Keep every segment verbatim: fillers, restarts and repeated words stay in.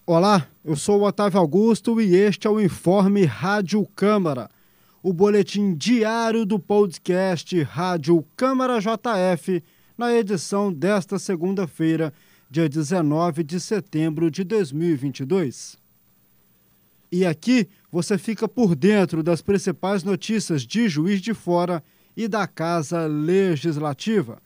Olá, eu sou o Otávio Augusto e este é o Informe Rádio Câmara, o boletim diário do podcast Rádio Câmara J F, na edição desta segunda-feira, dia dezenove de setembro de dois mil e vinte e dois. E aqui você fica por dentro das principais notícias de Juiz de Fora e da Casa Legislativa.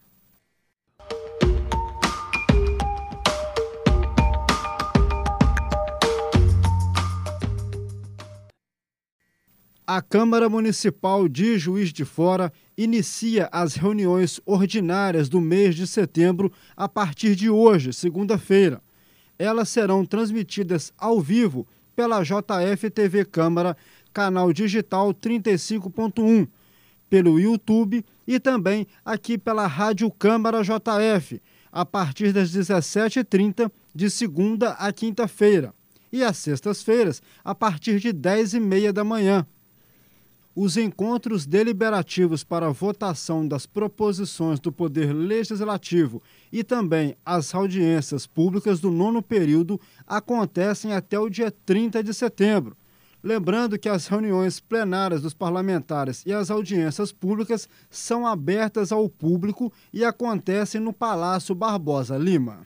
A Câmara Municipal de Juiz de Fora inicia as reuniões ordinárias do mês de setembro a partir de hoje, segunda-feira. Elas serão transmitidas ao vivo pela J F T V Câmara, canal digital trinta e cinco ponto um, pelo YouTube e também aqui pela Rádio Câmara J F, a partir das dezessete e trinta de segunda a quinta-feira e às sextas-feiras a partir de dez e meia da manhã. Os encontros deliberativos para a votação das proposições do Poder Legislativo e também as audiências públicas do nono período acontecem até o dia trinta de setembro. Lembrando que as reuniões plenárias dos parlamentares e as audiências públicas são abertas ao público e acontecem no Palácio Barbosa Lima.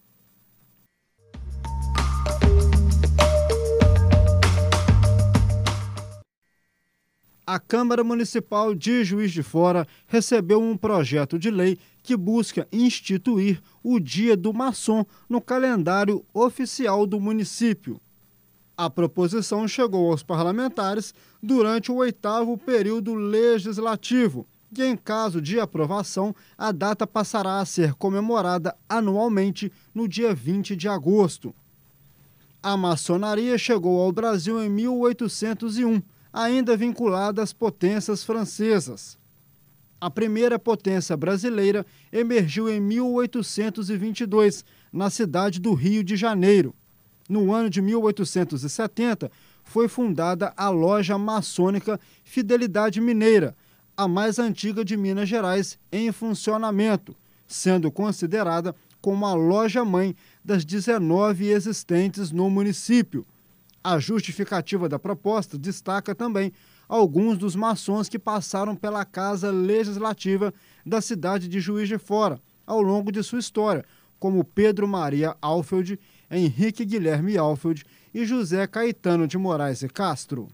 A Câmara Municipal de Juiz de Fora recebeu um projeto de lei que busca instituir o Dia do Maçom no calendário oficial do município. A proposição chegou aos parlamentares durante o oitavo período legislativo e, em caso de aprovação, a data passará a ser comemorada anualmente no dia vinte de agosto. A maçonaria chegou ao Brasil em mil oitocentos e um, ainda vinculada às potências francesas. A primeira potência brasileira emergiu em mil oitocentos e vinte e dois, na cidade do Rio de Janeiro. No ano de mil oitocentos e setenta, foi fundada a Loja Maçônica Fidelidade Mineira, a mais antiga de Minas Gerais em funcionamento, sendo considerada como a loja-mãe das dezenove existentes no município. A justificativa da proposta destaca também alguns dos maçons que passaram pela Casa Legislativa da cidade de Juiz de Fora ao longo de sua história, como Pedro Maria Alfeld, Henrique Guilherme Alfeld e José Caetano de Moraes e Castro.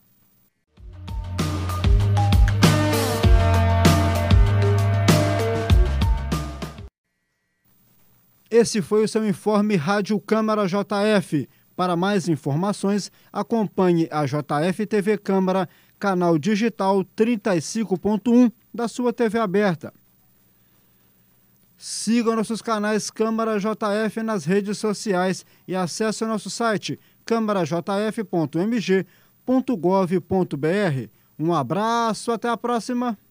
Esse foi o seu Informe Rádio Câmara J F. Para mais informações, acompanhe a J F T V Câmara, canal digital trinta e cinco ponto um da sua T V aberta. Siga nossos canais Câmara J F nas redes sociais e acesse o nosso site câmara j f ponto m g ponto gov ponto b r. Um abraço, até a próxima!